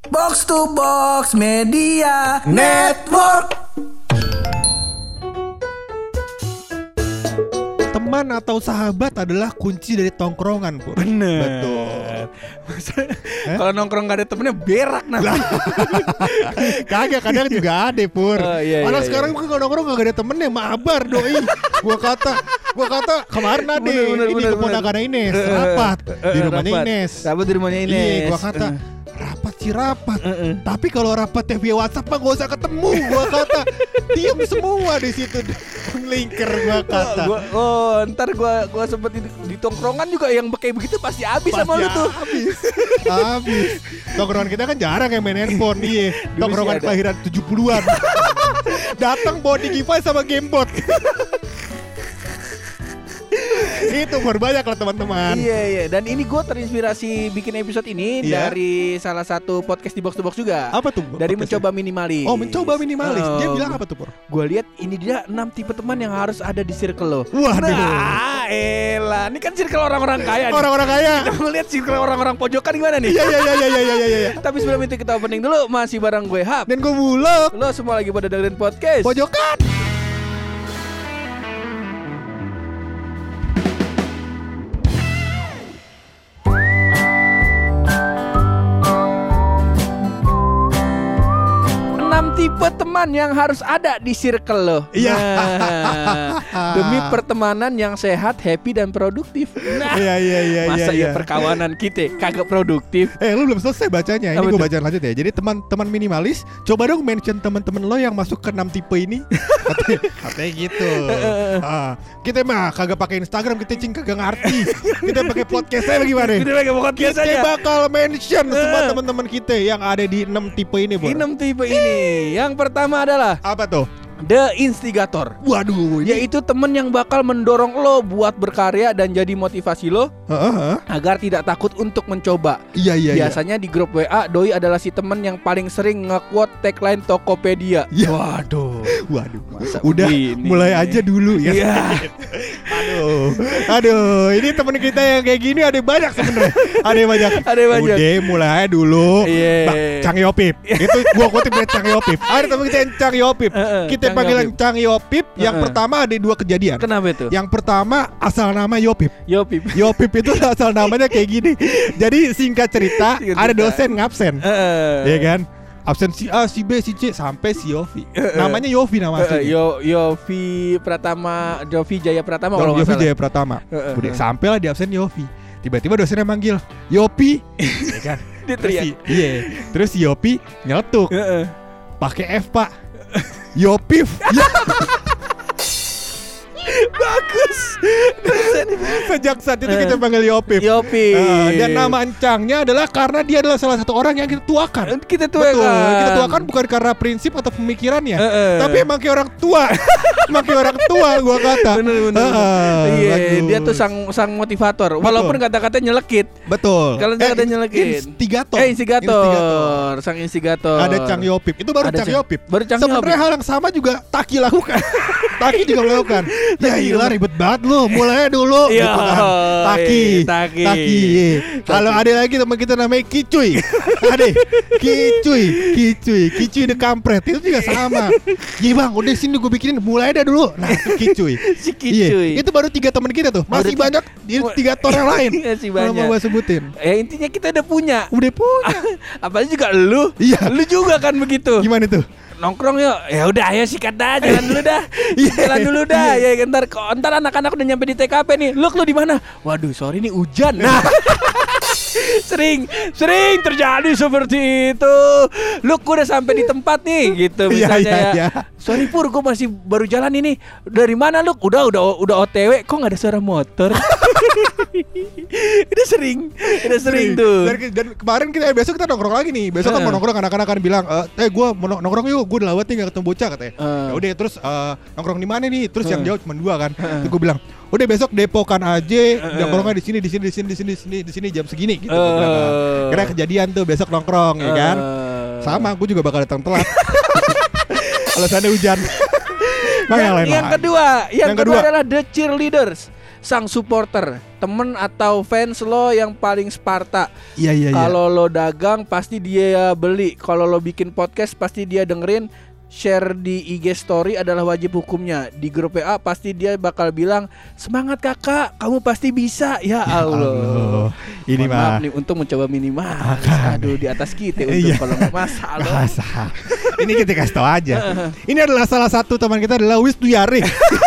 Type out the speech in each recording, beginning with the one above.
Box to Box Media Network. Teman atau sahabat adalah kunci dari tongkrongan, Pur. Bener. Betul. Kalau nongkrong gak ada temennya berak nanti. Kagak, kadang juga ada, Pur. Oh, iya, Malah iya, sekarang iya. kalau nongkrong gak ada temennya, mabar doi. Gua kata kemarin ada ini keponakan Ines rapat di rumahnya Rapat. Ines. Rapat di rumahnya Ines. Iya, gua kata rapat sih rapat. Tapi kalau rapatnya via WhatsApp mah gak usah ketemu. Gua kata diem semua di situ. Melingkar gua kata. Ntar gua sempet di tongkrongan juga yang kayak begitu pasti habis sama lu tuh. Habis. Tongkrongan kita kan jarang yang main handphone. Iya. Tongkrongan sih ada. kelahiran 70-an. Datang bawa Digify sama Gamebot. Itu berbanyak lah teman-teman. Iya. Dan ini gue terinspirasi bikin episode ini Iya. dari salah satu podcast di Box to Box juga. Apa tuh? Dari podcastnya? mencoba minimalis. Oh, mencoba minimalis. Dia bilang apa tuh, Pur? Gue lihat ini dia 6 tipe teman yang harus ada di circle lo. Waduh. Nah, elah, ini kan circle orang-orang kaya nih. Orang-orang kaya. Kita mau lihat circle orang-orang pojokan gimana nih? Iya. Tapi sebelum itu kita opening dulu. Masih bareng gue Hap. Dan gue Bulog. Lo semua lagi pada dengerin podcast Pojokan. tipe teman yang harus ada di circle lo. Iya. Nah, demi pertemanan yang sehat, happy dan produktif. Nah, Iya. masa ya perkawanan kita kagak produktif? Lu belum selesai bacanya. Ini Apa gue tuh? bacaan lanjut ya. Jadi teman-teman minimalis, coba dong mention teman-teman lo yang masuk ke 6 tipe ini. Katanya gitu. Kita mah kagak pakai Instagram, kita kagak ngerti. Kita pakai podcastnya bagaimana? Kita pakai podcast Kita aja. bakal mention semua teman-teman kita yang ada di 6 tipe ini, Bro. 6 tipe ini. Yang pertama adalah Apa tuh? The Instigator. Waduh, ini Yaitu temen yang bakal mendorong lo buat berkarya dan jadi motivasi lo agar tidak takut untuk mencoba. Iya. Biasanya di grup WA, Doi adalah si temen yang paling sering nge-quote tagline Tokopedia. Iya. Waduh. Waduh. Masa Udah begini? mulai aja dulu ya. Iya. Aduh, ini temen kita yang kayak gini ada banyak sebenarnya. Ada banyak. Udah mulai aja dulu. Iya. Cang Yopip. Itu gua kutip dari Cang Yopip. Ada temen kita yang Cang Yopip. Kita Cang panggilan Yopip. Cang Yopip. Yang pertama ada 2 kejadian. Kenapa itu? Yang pertama asal nama Yopip. Yopip. Yopip itu asal namanya kayak gini. Jadi singkat cerita, Singkat ada cerita. dosen ngabsen. Ya kan? Absen si A, si B, si C sampai si Yofi. Namanya Yofi nama aslinya. Yofi Jaya Pratama kalau nggak Yofi salah. Jaya Pratama. Udah sampailah di absen Yofi. Tiba-tiba dosennya manggil Yopi. Ya kan? Dia teriak. Iya. Terus si Yopi nyeletuk. Pakai F, Pak. Yopif. Ya. Bagus. Sejak saat itu kita panggil Yopif. Yopi. Dan nama encangnya adalah karena dia adalah salah satu orang yang kita tuakan. Kita tuh Betul, kita tuakan bukan karena prinsip atau pemikirannya, tapi emang kayak orang tua. Emang kayak orang tua gua kata. Bener. Iya, dia tuh sang motivator. Walaupun kata-katanya nyelekit. Betul. Kalau kata nyelekit. Instigator. Sang instigator. Ada Cang Yopip. Itu baru Ada Cang Yopip. Baru Cang Sebenarnya Yopip. hal yang sama juga Taki lakukan. Taki juga melakukan. Ya gila ribet banget lu. Mulai dulu Iya, gitu kan. Taki. Taki. Kalau ada lagi teman kita namanya Kicuy. Ada Kicuy the kampret. Itu juga sama. Iya bang, udah sini gue bikinin. Mulai dah dulu. Nah, Kicuy. Si Kicuy. Itu baru 3 teman kita tuh. Masih banyak instigator yang lain. Masih Kalau banyak. mau gue sebutin. Intinya kita udah punya. Udah punya. Apalagi juga lu. Iya. Lu juga kan begitu. Gimana tuh? Nongkrong yuk. Ya udah ayo sikat dah, jalan dulu dah. Jalan dulu dah. Ya ntar anak-anak udah nyampe di TKP nih. Lu di mana? Waduh, sorry nih hujan. Nah. Sering terjadi seperti itu. Lu udah sampai di tempat nih gitu misalnya Iya. Sorry Pur, gue masih baru jalan ini. Dari mana lu? Udah OTW. Kok nggak ada suara motor? Udah sering tuh. Dan kemarin besok kita nongkrong lagi nih. Besok kan mau nongkrong, anak-anak kan bilang, gue mau nongkrong yuk, gue udah lewat nih gak ketemu bocah katanya. Ya udah terus nongkrong di mana nih? Terus yang jauh cuma 2 kan. Terus gue bilang, udah besok depokan aja, nongkrongnya di sini jam segini gitu. Gua bilang, kira kejadian tuh besok nongkrong ya kan. Sama, gue juga bakal datang telat. Alasannya hujan. Yang kedua adalah The Cheerleaders. sang supporter, temen atau fans lo yang paling Sparta. Iya. Kalau lo dagang pasti dia beli. Kalau lo bikin podcast pasti dia dengerin. Share di IG story adalah wajib hukumnya. Di grup WA pasti dia bakal bilang, semangat kakak, kamu pasti bisa. Ya Allah. Ini maaf mah nih, untuk mencoba minimalis. Aduh, di atas kita untuk kalau nggak masalah. Ini kita kasih tau aja. Ini adalah salah satu teman kita adalah Wisnuyari.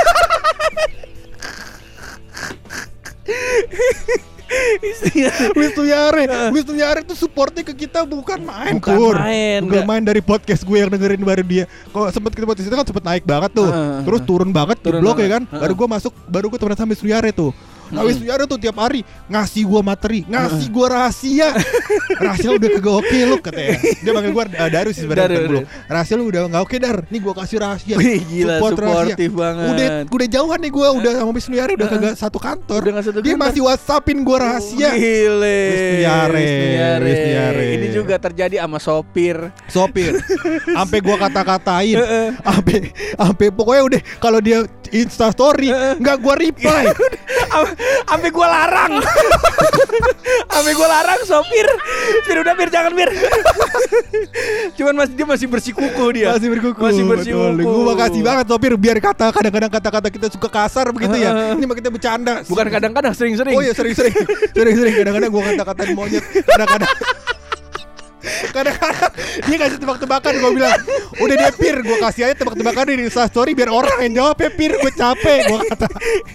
Wisnuyari tuh supportnya ke kita bukan main. Bukan main dari podcast gue yang dengerin baru dia. Kalau sempet kita podcast itu kan sempet naik banget tuh. Terus turun banget di blog ya kan. Baru gue temenan sama Wisnuyari tuh. Nah Wisnuyari tuh tiap hari ngasih gue materi, ngasih gue rahasia. Rahasia udah kagak oke lu katanya. Dia panggil gue Darus sih sebenarnya. Rahasia lu udah nggak oke Dar. Nih gue kasih rahasia. Gila, supportif banget. Udah jauhan nih gue, udah sama Wisnuyari udah kagak satu kantor. Dia masih WhatsAppin gue rahasia. Gile. Wisnuyari. Ini juga terjadi sama sopir. Sampai gue kata-katain. Sampai pokoknya udah kalau dia Insta story nggak gue reply. Sampai gue larang. Sopir. Udah jangan Cuman dia masih bersikukuh dia. Masih bersikukuh. Gue makasih banget sopir, biar kadang-kadang kata-kata kita suka kasar begitu ya. Ini mah kita bercanda. Bukan kadang-kadang, sering-sering. Oh iya sering-sering. Kadang-kadang gue kata-katain monyet. Kadang-kadang dia kasih tebak-tebakan, gue bilang udah dia Pir, gue kasih aja tebak-tebakan di Insta story biar orang yang jawab ya Pir, gue capek, gue kata.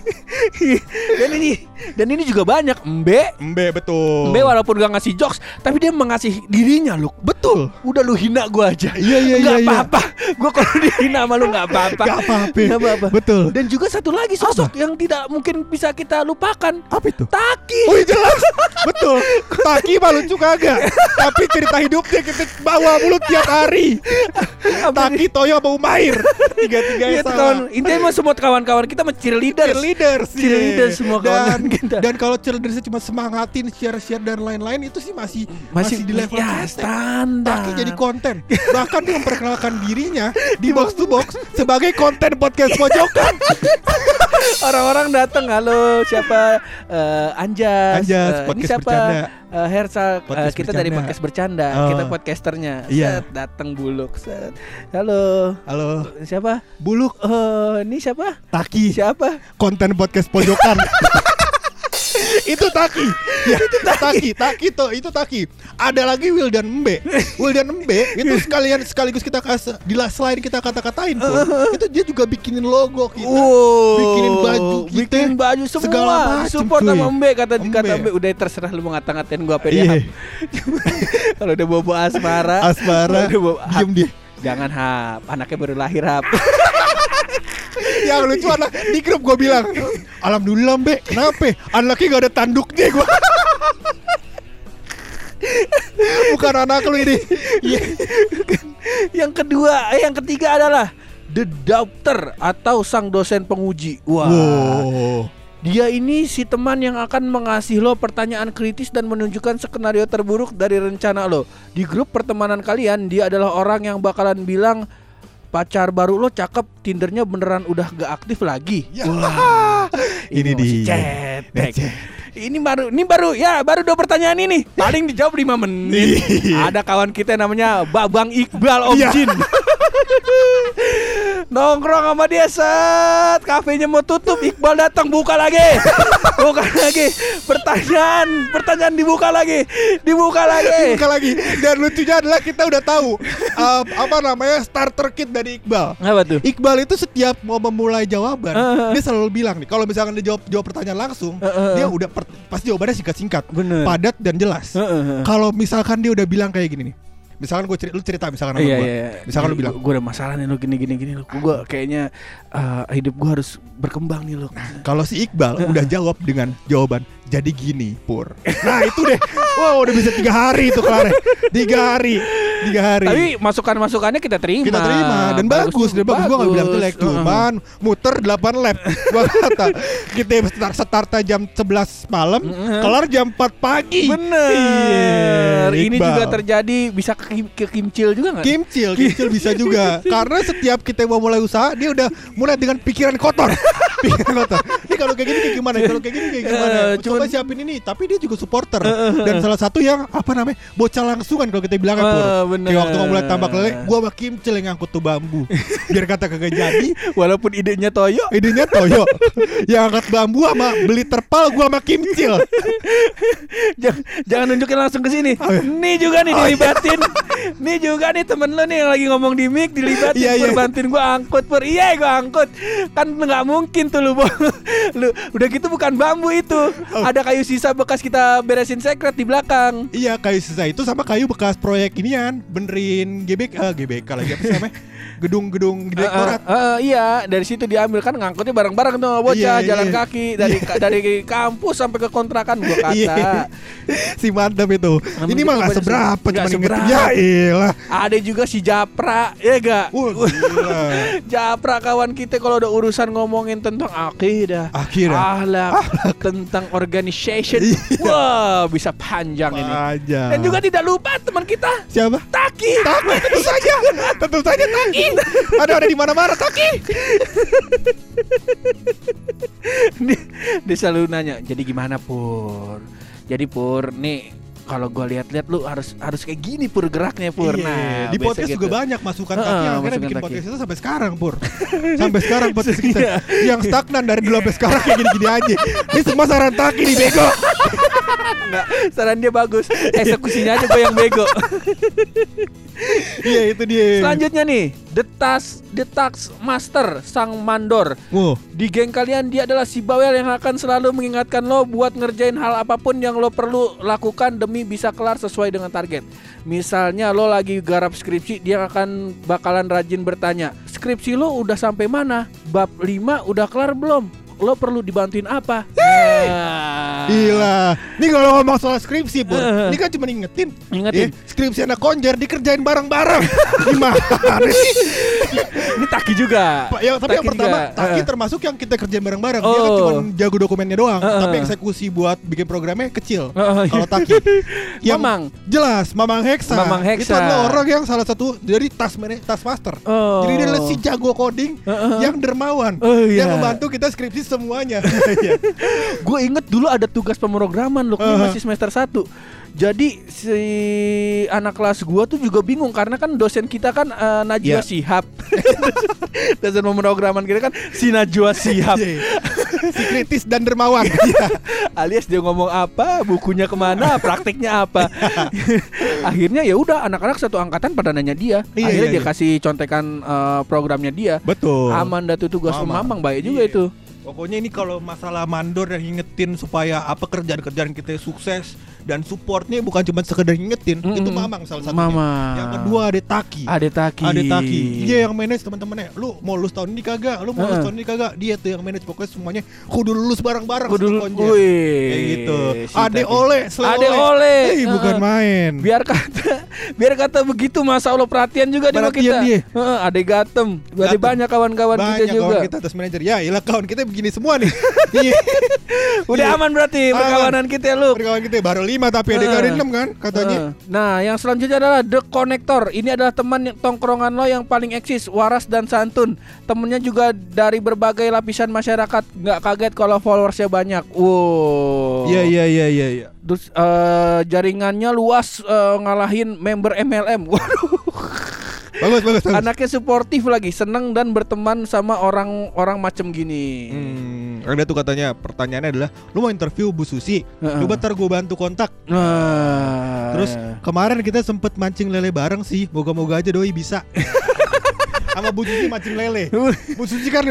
Dan ini juga banyak Mbe betul. Mbe walaupun gak ngasih jokes, tapi dia mengasih dirinya lu. Betul. Udah lu hina gue aja. Iya. Gak apa-apa. Gue kalau dihina sama lu gak apa-apa. Gak apa-apa. Betul. Dan juga satu lagi sosok yang tidak mungkin bisa kita lupakan. Apa itu? Taki. Oh iya jelas. Betul. Taki mah lucu kagak. Tapi cerita hidupnya kita bawa mulut tiap hari. Taki, Toyo, sama Umair. Tiga-tiganya salah. Intinya semua kawan-kawan kita cheerleader semua kawan kita. Dan kalau cheerleader cuma semangatin, share dan lain-lain, itu sih masih di level standar. Taki jadi konten. Bahkan dia memperkenalkan dirinya di box to box sebagai konten podcast pojokan. Orang-orang datang, halo siapa? Anjas, podcast ini siapa? bercanda. Hersal, kita bercanda. dari podcast bercanda, kita podcasternya. Iya. Datang Buluk. Halo. Siapa? Buluk. Ini siapa? Taki. Siapa? Konten podcast pojokan. Itu Taki. Ya, itu Taki. Ada lagi Wildan Mbe itu sekaligus kita selain kita kata-katain tuh. Itu dia juga bikinin logo kita. Bikinin baju kita. Bikin baju semua. Segala macam. Support sama Mbe kata Mbe. Udah terserah lu mau ngata-ngatain gua apa dia. Kalau udah bobo asmara. Diam dia. Jangan hap, anaknya baru lahir hap. Yang lucu anak di grup gue bilang, alhamdulillah Mbe, kenapa? Anaknya gak ada tanduknya gue. Bukan anak lu ini. Yang ketiga adalah The Doctor atau sang dosen penguji. Wow. Dia ini si teman yang akan mengasih lo pertanyaan kritis dan menunjukkan skenario terburuk dari rencana lo. Di grup pertemanan kalian, dia adalah orang yang bakalan bilang pacar baru lo cakep, Tindernya beneran udah gak aktif lagi. Wah. Ini di cetek. Ini baru 2 pertanyaan ini. Paling dijawab 5 menit. Ada kawan kita namanya Babang Iqbal Om Jin. Nongkrong sama dia set, kafenya mau tutup, Iqbal datang buka lagi. Pertanyaan dibuka lagi. Dan lucunya adalah kita udah tahu starter kit dari Iqbal. Apa tuh? Iqbal itu setiap mau memulai jawaban, dia selalu bilang nih, kalau misalkan dia jawab pertanyaan langsung, dia udah pasti jawabannya singkat-singkat, padat dan jelas. Kalau misalkan dia udah bilang kayak gini nih. Misalkan lu cerita misalkan sama gue. Misalkan lu bilang, gue ada masalah nih lo gini lo. Gue kayaknya hidup gue harus berkembang nih lo. Kalau si Iqbal udah jawab dengan jawaban jadi gini Pur. Nah itu deh. Wow udah bisa 3 hari itu kelar. 3 hari. 3 hari. Tapi masukannya kita terima. Kita terima dan bagus. Gue gak bilang jelek, cuman muter 8 lap. Gua kata kita start jam 11 malam, kelar jam 4 pagi. Bener. Iya, ini juga terjadi bisa ke Kimcil juga nggak? Kimcil bisa juga. Karena setiap kita mau mulai usaha, dia udah mulai dengan pikiran kotor. Ini kalau kayak gini kayak gimana? Kalau kayak gini kayak gimana? Coba siapin ini. Tapi dia juga supporter. Dan salah satu yang bocah langsungan kalau kita bilang Pur. Kayak waktu mau mulai tambak lele, gua sama Kimcil yang ngangkut tuh bambu. Biar kata kagak jadi. Walaupun idenya Toyo. Yang angkat bambu sama beli terpal gua sama Kimcil. Jangan nunjukin langsung ke sini. Nih juga nih dilibatin. Nih juga nih temen lo nih yang lagi ngomong di mic dilibatin. Pur bantuin gua angkut Pur. Iya gua angkut. Kan nggak mungkin tuh lu udah gitu bukan bambu itu. Ada kayu sisa bekas kita beresin sekret di belakang. Iya kayu sisa itu sama kayu bekas proyek inian benerin GBK lagi apa sih namanya? Gedung direktorat. Iya, dari situ diambil kan ngangkutnya bareng-bareng tuh bocah jalan kaki dari kampus sampai ke kontrakan gua kata. Si mantap itu. Ini mah enggak seberapa cuma inget. Ya elah. Ada juga si Japra, ya enggak? Japra kawan kita kalau udah urusan ngomongin tentang akidah, akhlak, tentang organization. Wah, bisa panjang ini. Dan juga tidak lupa teman kita. Siapa? Taki. Tentu saja Taki. Ada di mana-mana Taki. Dia selalu nanya, jadi gimana Pur? Jadi Pur, nih kalau gue lihat-lihat lu harus kayak gini Pur geraknya Pur. Nah, di podcast gitu. Juga banyak masukan Taki yang akhirnya bikin podcast itu sampai sekarang Pur. Sampai sekarang podcast kita yang stagnan dari dulu sampai sekarang kayak gini-gini aja. Ini semua saran Taki nih bego. Enggak, saran dia bagus. Eksekusinya aja gue yang bego. Iya itu dia. Selanjutnya nih, The Tax Master Sang Mandor. Di geng kalian dia adalah si bawel yang akan selalu mengingatkan lo buat ngerjain hal apapun yang lo perlu lakukan demi bisa kelar sesuai dengan target. Misalnya lo lagi garap skripsi, dia bakalan rajin bertanya, skripsi lo udah sampai mana? Bab 5 udah kelar belum? Lo perlu dibantuin apa? Gila. Ini kalau ngomong soal skripsi Pur, ini kan cuma ingetin. Skripsi anak konjer dikerjain bareng-bareng. Gimana sih? Ini Taki juga. Tapi yang pertama Taki termasuk yang kita kerjain bareng-bareng. Dia kan cuma jago dokumennya doang, tapi eksekusi buat bikin programnya kecil. Kalau Taki yang jelas Mamang Heksa. Itu adalah orang yang salah satu dari task master. Jadi dia adalah si jago coding yang dermawan, yang membantu kita skripsi semuanya. Gue inget dulu ada tugas pemrograman loh, ini masih semester 1. Jadi si anak kelas gua tuh juga bingung karena kan dosen kita kan Najwa Shihab. Dosen pemrograman kita kan si Najwa Shihab. Si kritis dan dermawan. Alias dia ngomong apa, bukunya kemana, prakteknya apa. Akhirnya ya udah anak-anak satu angkatan pada nanya dia. Akhirnya dia kasih contekan programnya dia. Betul. Aman dah tuh tugas Mamang, baik juga itu. Pokoknya ini kalau masalah mandor yang ngingetin supaya kerjaan-kerjaan kita sukses dan supportnya bukan cuma sekedar ngingetin, itu Mamang salah satunya. Yang kedua ada Taki. Dia yang manage teman-temannya. Lu mau lulus tahun ini kagak? Lu mau lulus tahun ini kagak? Dia tuh yang manage pokoknya semuanya kudu lulus bareng-bareng. Kayak gitu. Ade Ole. Bukan main. Biar kata begitu masa Allah perhatian juga dia sama kita. Ade Gatem. Berarti banyak kawan-kawan kita juga. Banyak kawan kita atas manajer. Ya, iyalah kawan kita begini semua nih. Udah aman berarti perkawanan kita lu. Perkawanan kita baru 5 tapi ada 6 kan katanya. Nah, yang selanjutnya adalah The Connector. Ini adalah teman tongkrongan lo yang paling eksis, waras dan santun. Temennya juga dari berbagai lapisan masyarakat. Nggak kaget kalau followersnya banyak. Wow. Iya. Terus jaringannya luas, ngalahin member MLM. Waduh. Bagus. Anaknya suportif lagi, seneng dan berteman sama orang-orang macem gini. Ada tuh katanya pertanyaannya adalah, lu mau interview Bu Susi? Coba ntar gue bantu kontak. Terus kemarin kita sempet mancing lele bareng sih, moga-moga aja doi bisa. Sama Bu Susi mancing lele. Bu Susi kan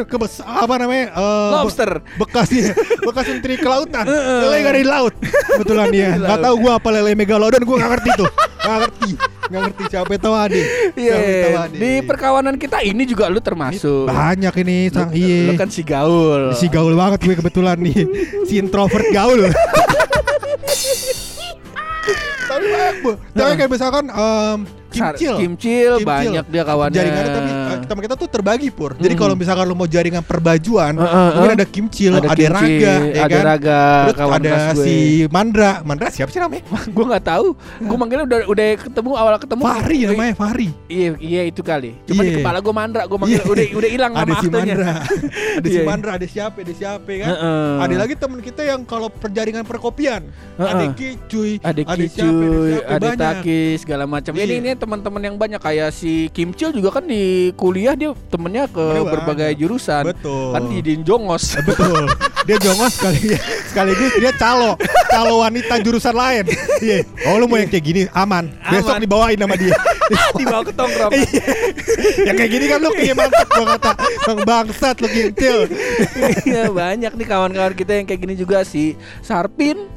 lobster. Bekas menteri kelautan. Lele gak ada di laut. Kebetulan dia. Gak tahu gue apa lele megalodon, gue gak ngerti tuh. Gak ngerti siapa tahu Ade. Di perkawanan kita ini juga lu termasuk. Banyak ini sang Lu kan si gaul. Si gaul banget gue kebetulan nih. Si introvert gaul. Tapi Tapi kayak misalkan Kimcil banyak dia kawannya. Jaringannya tapi teman kita tuh terbagi Pur. Jadi kalau misalkan lu mau jaringan perbajuan, mungkin ada Kimcil, ada Raga, ya ada kan? Raga, terus ada si Mandra siapa sih namanya? Gue nggak tahu. Gue manggilnya udah ketemu awal ketemu. Fahri namanya Fahri. Iya itu kali. Cuma di kepala gue Mandra. Gue manggil udah hilang nama aktornya. Ada si Mandra, ada siapa kan? Ada lagi teman kita yang kalau perjaringan perkopian, ada Kicuy, ada Taki segala macam. Ini teman-teman yang banyak kayak si Kimcil juga kan di kuliah dia temennya ke berbagai jurusan. Betul. Kan di jongos. Betul. Dia jongos sekaligus dia calo wanita jurusan lain. Iya. Oh lu mau yang kayak gini aman. Besok dibawain sama dia. Dibawa ke tongkrong. Yang kayak gini kan lu kayak mantap gua kata. Bang bangsat lu Kimcil. Iya banyak nih kawan-kawan kita yang kayak gini juga si Sarprin,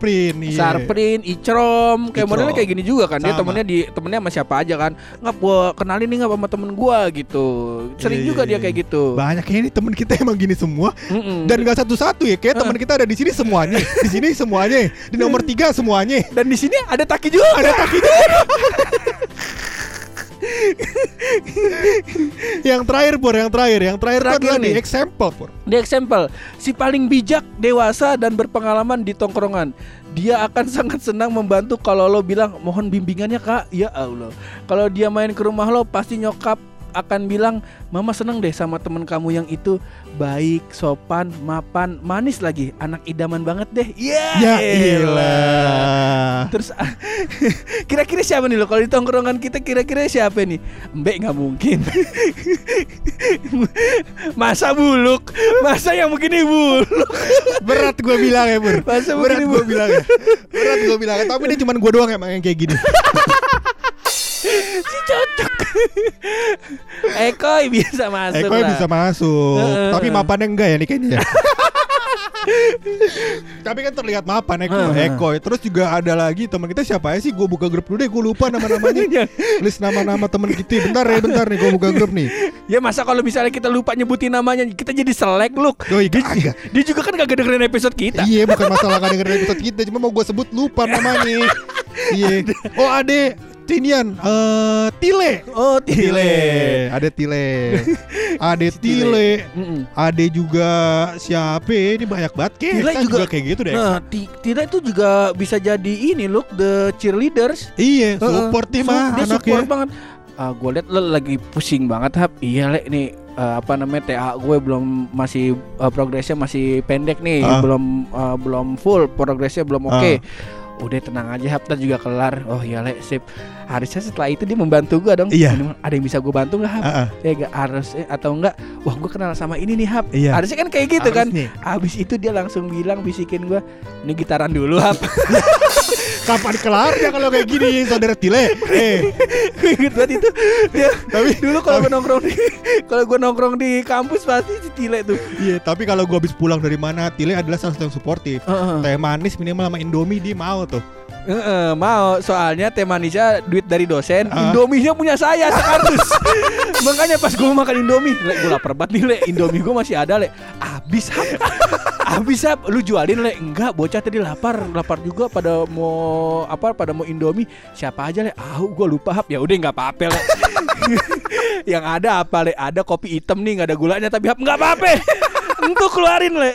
Icrom, kayak modelnya kayak gini juga kan. Dia temennya sama siapa aja kan. Nggak gua kenalin nih nggak sama temen gua gitu. Sering juga dia kayak gitu. Banyak ini temen kita emang gini semua. Dan nggak satu-satu ya. Kayak temen kita ada di sini semuanya. Di sini semuanya. Di nomor 3 semuanya. Dan di sini ada Taki juga. Yang terakhir adalah di example Pur. Di example, si paling bijak, dewasa dan berpengalaman di tongkrongan. Dia akan sangat senang membantu kalau lo bilang mohon bimbingannya kak. Ya Allah. Kalau dia main ke rumah lo pasti nyokap akan bilang mama seneng deh sama temen kamu yang itu baik, sopan, mapan, manis lagi, anak idaman banget deh. Ya iyalah. Terus kira-kira siapa nih lo kalau di tongkrongan kita, kira-kira siapa nih? Mbak nggak mungkin. Masa buluk, masa yang begini buluk. Berat gue bilang ya Pur. Masa berat gue bilang ya. Tapi ini cuma gue doang emang yang kayak gini. Si cocok. Ekoy bisa masuk. Tapi mapannya enggak ya nih kayaknya. Tapi kan terlihat mapan Ekoy. Terus juga ada lagi teman kita siapa ya sih? Gue buka grup dulu deh, gue lupa nama-namanya. List nama-nama teman kita. Bentar nih gue buka grup nih. Ya masa kalau misalnya kita lupa nyebutin namanya, kita jadi selek look. Dia juga kan gak dengerin episode kita. Iya, bukan masalah gak dengerin episode kita, cuma mau gue sebut lupa namanya. Iya. Oh ada Tinian, Tile. Oh Tile. Ada Tile. Ada juga siapa? Ini banyak banget Tile juga kayak gitu deh. Nah, Tile itu juga bisa jadi ini look the cheerleaders. Iya, support tim dia support banget. Gue liat lo lagi pusing banget Hap. Iya le nih TA gue belum masih progresnya masih pendek nih, belum full progresnya belum oke. Udah tenang aja Hap, ntar juga kelar. Oh iya le, sip. Harusnya setelah itu dia membantu gue dong. Iya. Ada yang bisa gue bantu gak Hap? Ya gak harus atau enggak. Wah gue kenal sama ini nih Hap. Iya. Harusnya kan kayak gitu kan. Nih. Abis itu dia langsung bilang, bisikin gue, ini gitaran dulu Hap. Kapan kelar ya kalau kayak gini saudara Tile? Ingat banget itu. Dia, tapi dulu kalau gue nongkrong di kampus pasti si Tile tuh. Iya, tapi kalau gue habis pulang dari mana, Tile adalah salah satu yang suportif. Teh manis minimal sama Indomie dia mau tuh. Mau, soalnya teh manisnya duit dari dosen, Indominya punya saya sekardus. Makanya pas gue makan Indomie, gue lapar banget nih le, Indomie gue masih ada le. Habis Hap, lu jualin le? Enggak, bocah tadi lapar juga pada mau Indomie. Siapa aja le? Gue lupa Hap. Ya udah enggak apa-apa le. Yang ada apa le? Ada kopi hitam nih, enggak ada gulanya tapi Hap enggak apa-apa. Untuk keluarin le.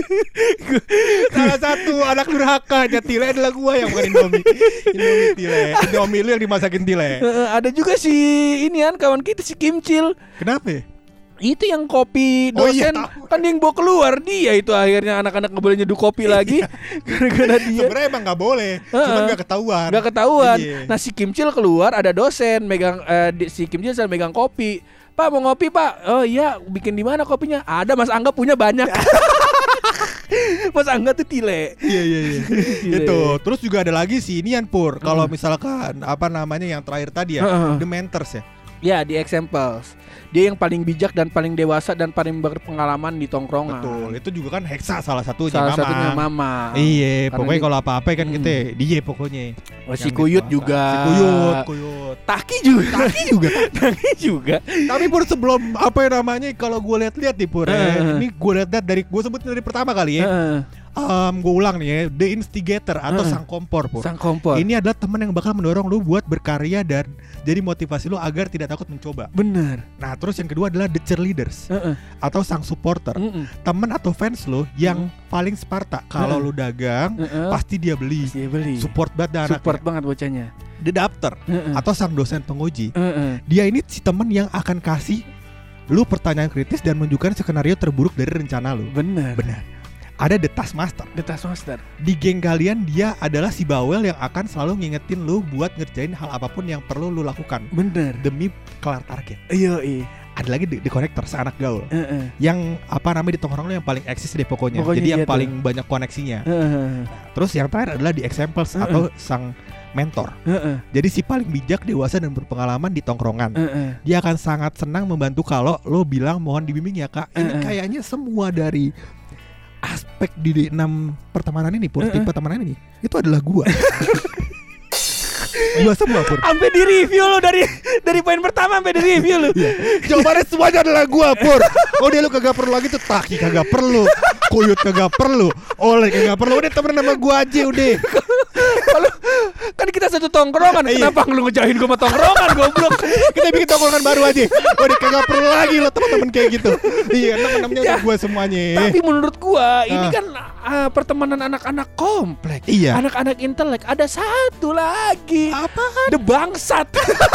Salah satu anak durhaka Tile adalah gua yang bukan Indomie Tile. Indomie lu yang dimasakin Tile. Ada juga si inian kawan kita si Kimcil. Kenapa ya? Itu yang kopi dosen kan yang bawa keluar dia itu akhirnya anak-anak nggak boleh nyeduh kopi lagi gara-gara dia. Sebenarnya emang nggak boleh, cuma nggak ketahuan. Iya. Nah si Kimcil keluar ada dosen megang si Kimcil sedang megang kopi. Pak mau ngopi pak? Oh iya, bikin di mana kopinya? Ada Mas Angga punya banyak. Mas Angga tuh Tile. Iya. Itu. Terus juga ada lagi si inian Pur. Kalau misalkan yang terakhir tadi ya, The Mentors ya. Ya di examples. Dia yang paling bijak dan paling dewasa dan paling berpengalaman di tongkrongan. Betul. Itu juga kan Hexa salah satunya Mama. Iya, pokoknya kalau apa-apa kan kita dia pokoknya. Si Kuyut juga. Si Kuyut. Taki juga. Tapi Pur sebelum kalau gue lihat-lihat nih Pur. Ini gue lihat dari gue sebutin dari pertama kali ya. gue ulang nih ya, the instigator atau sang kompor, Pur. Sang kompor. Ini adalah teman yang bakal mendorong lu buat berkarya dan jadi motivasi lu agar tidak takut mencoba. Bener. Nah, terus yang kedua adalah the cheerleaders atau sang supporter. Teman atau fans lu yang paling Sparta. Kalau lu dagang, pasti dia beli. Support banget anaknya. Support banget bocahnya. The doctor atau sang dosen penguji. Dia ini si teman yang akan kasih lu pertanyaan kritis dan menunjukkan skenario terburuk dari rencana lu. Bener. Ada the taskmaster. Di geng kalian dia adalah si bawel yang akan selalu ngingetin lu buat ngerjain hal apapun yang perlu lu lakukan. Bener. Demi kelar target. Iya. Ada lagi the connector, seanak gaul. Yang apa namanya di tongkrong lu yang paling eksis deh pokoknya. Jadi yang paling banyak koneksinya. Terus yang terakhir adalah the examples atau sang mentor. Jadi si paling bijak, dewasa dan berpengalaman di tongkrongan. Dia akan sangat senang membantu kalau lo bilang mohon dibimbing ya kak. Ini kayaknya semua dari aspek di 6 pertemanan ini, Pur, tipe pertemanan ini itu adalah gua. Gua semua, Pur. Sampai di review lo dari poin pertama sampai di review lo. Jawabannya semuanya adalah gua, Pur. Oh dia lu kagak perlu lagi tuh, Taki kagak perlu, Kuyut kagak perlu, Oleh kagak perlu. Udah temen sama gua aja udah. Kalau kan kita satu tongkrongan, kenapa lu ngejahin gua sama tongkrongan, goblok? Kita bikin tongkrongan baru aja. Udah kagak perlu lagi lo teman-teman kayak gitu. Iya, teman-temannya udah gua semuanya. Tapi menurut gua ini kan pertemanan anak-anak komplek. Iya. Anak-anak intelek. Ada satu lagi. Apaan? The bangsat.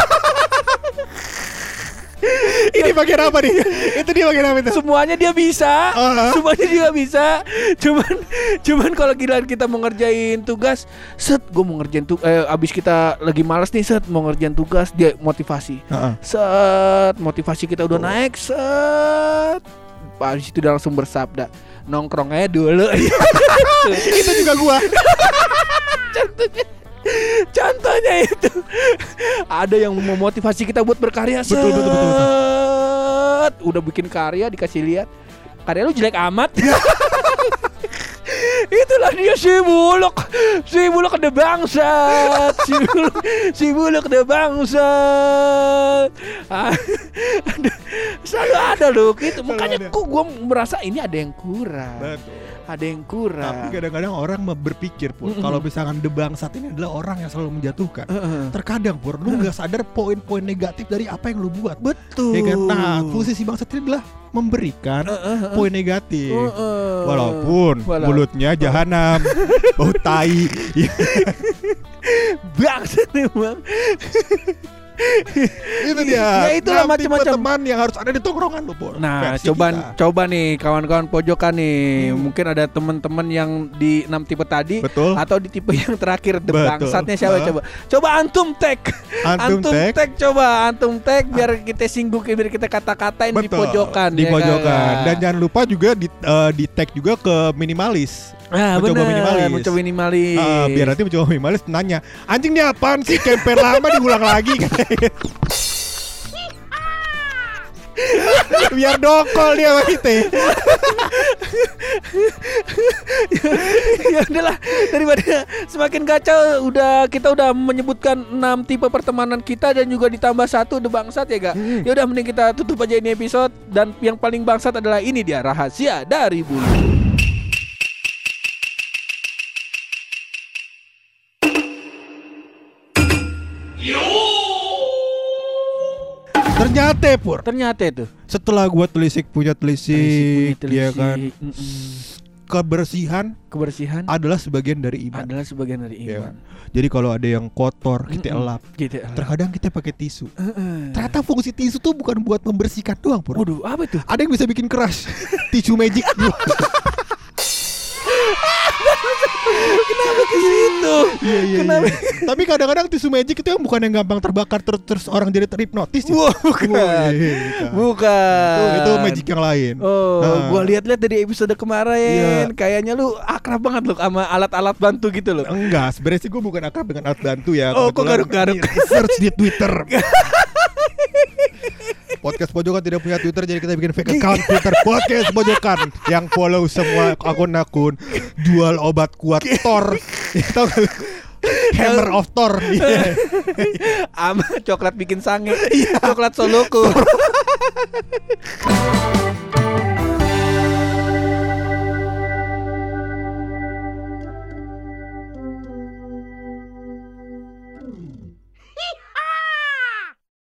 Ini bagian apa nih? Itu dia bagian apa itu? Semuanya dia bisa. Semuanya dia bisa. Cuman kalau kita mau ngerjain tugas, gue mau ngerjain abis kita lagi malas nih, mau ngerjain tugas, dia motivasi. Motivasi kita udah naik, abis itu udah langsung bersabda, nongkrong aja dulu. Itu juga gua. Contohnya itu ada yang memotivasi kita buat berkarya. Betul. Udah bikin karya, dikasih lihat, karya lu jelek amat. Itulah dia si Buluk ada bangsat. Si Buluk ada bangsat. Selalu ada loh gitu. Makanya kok gue merasa ini ada yang kurang. Betul. Ada yang kurang. Tapi kadang-kadang orang berpikir, Pur, kalau misalkan the bangsat ini adalah orang yang selalu menjatuhkan. Terkadang, Pur, lu gak sadar poin-poin negatif dari apa yang lu buat. Betul. Ya kan? Nah, fungsi si bangsat ini adalah memberikan poin negatif. Walaupun mulutnya jahanam, bau tai. Bangsat memang. Itu dia. Ya itulah macam-macam teman yang harus ada di tongkrongan lu, Pur. Nah, coba nih kawan-kawan pojokan nih. Mungkin ada teman-teman yang di 6 tipe tadi. Betul. Atau di tipe yang terakhir, the bangsatnya siapa coba? Coba antum tag. Antum tag biar kita singgung, biar kita kata-katain di pojokan. Di pojokan. Dan jangan lupa juga di tag juga ke minimalis. Mencoba minimalis. Biar nanti mencoba minimalis nanya, anjing ini apaan sih, campaign lama diulang lagi. Biar dokol dia sama kita. Ya udahlah, daripada semakin kacau, kita udah menyebutkan 6 tipe pertemanan kita dan juga ditambah 1 the bangsat ya gak? Ya udah, mending kita tutup aja ini episode. Dan yang paling bangsat adalah ini dia, rahasia dari Bulu. Ternyata itu setelah gua telisik dia kan, kebersihan adalah sebagian dari iman. Ya. Jadi kalau ada yang kotor kita elap. Terkadang kita pakai tisu. Ternyata fungsi tisu tuh bukan buat membersihkan doang, Pur. Waduh, apa itu? Ada yang bisa bikin keras. Tisu magic. Kenapa ke situ? Iya. Tapi kadang-kadang tisu magic itu yang bukan yang gampang terbakar terus orang jadi terhipnotis. Bukan. Itu magic yang lain. Gua lihat-lihat dari episode kemarin, kayaknya lu akrab banget lu sama alat-alat bantu gitu loh. Enggak, sebenarnya sih gua bukan akrab dengan alat bantu ya. Kok garuk-garuk? Search di Twitter. Podcast Pojokan tidak punya Twitter, jadi kita bikin fake account Twitter Podcast Pojokan yang follow semua akun-akun jual obat kuat Thor. Tahu gak? Hammer of Thor. Ama coklat bikin sange. Coklat Soloku.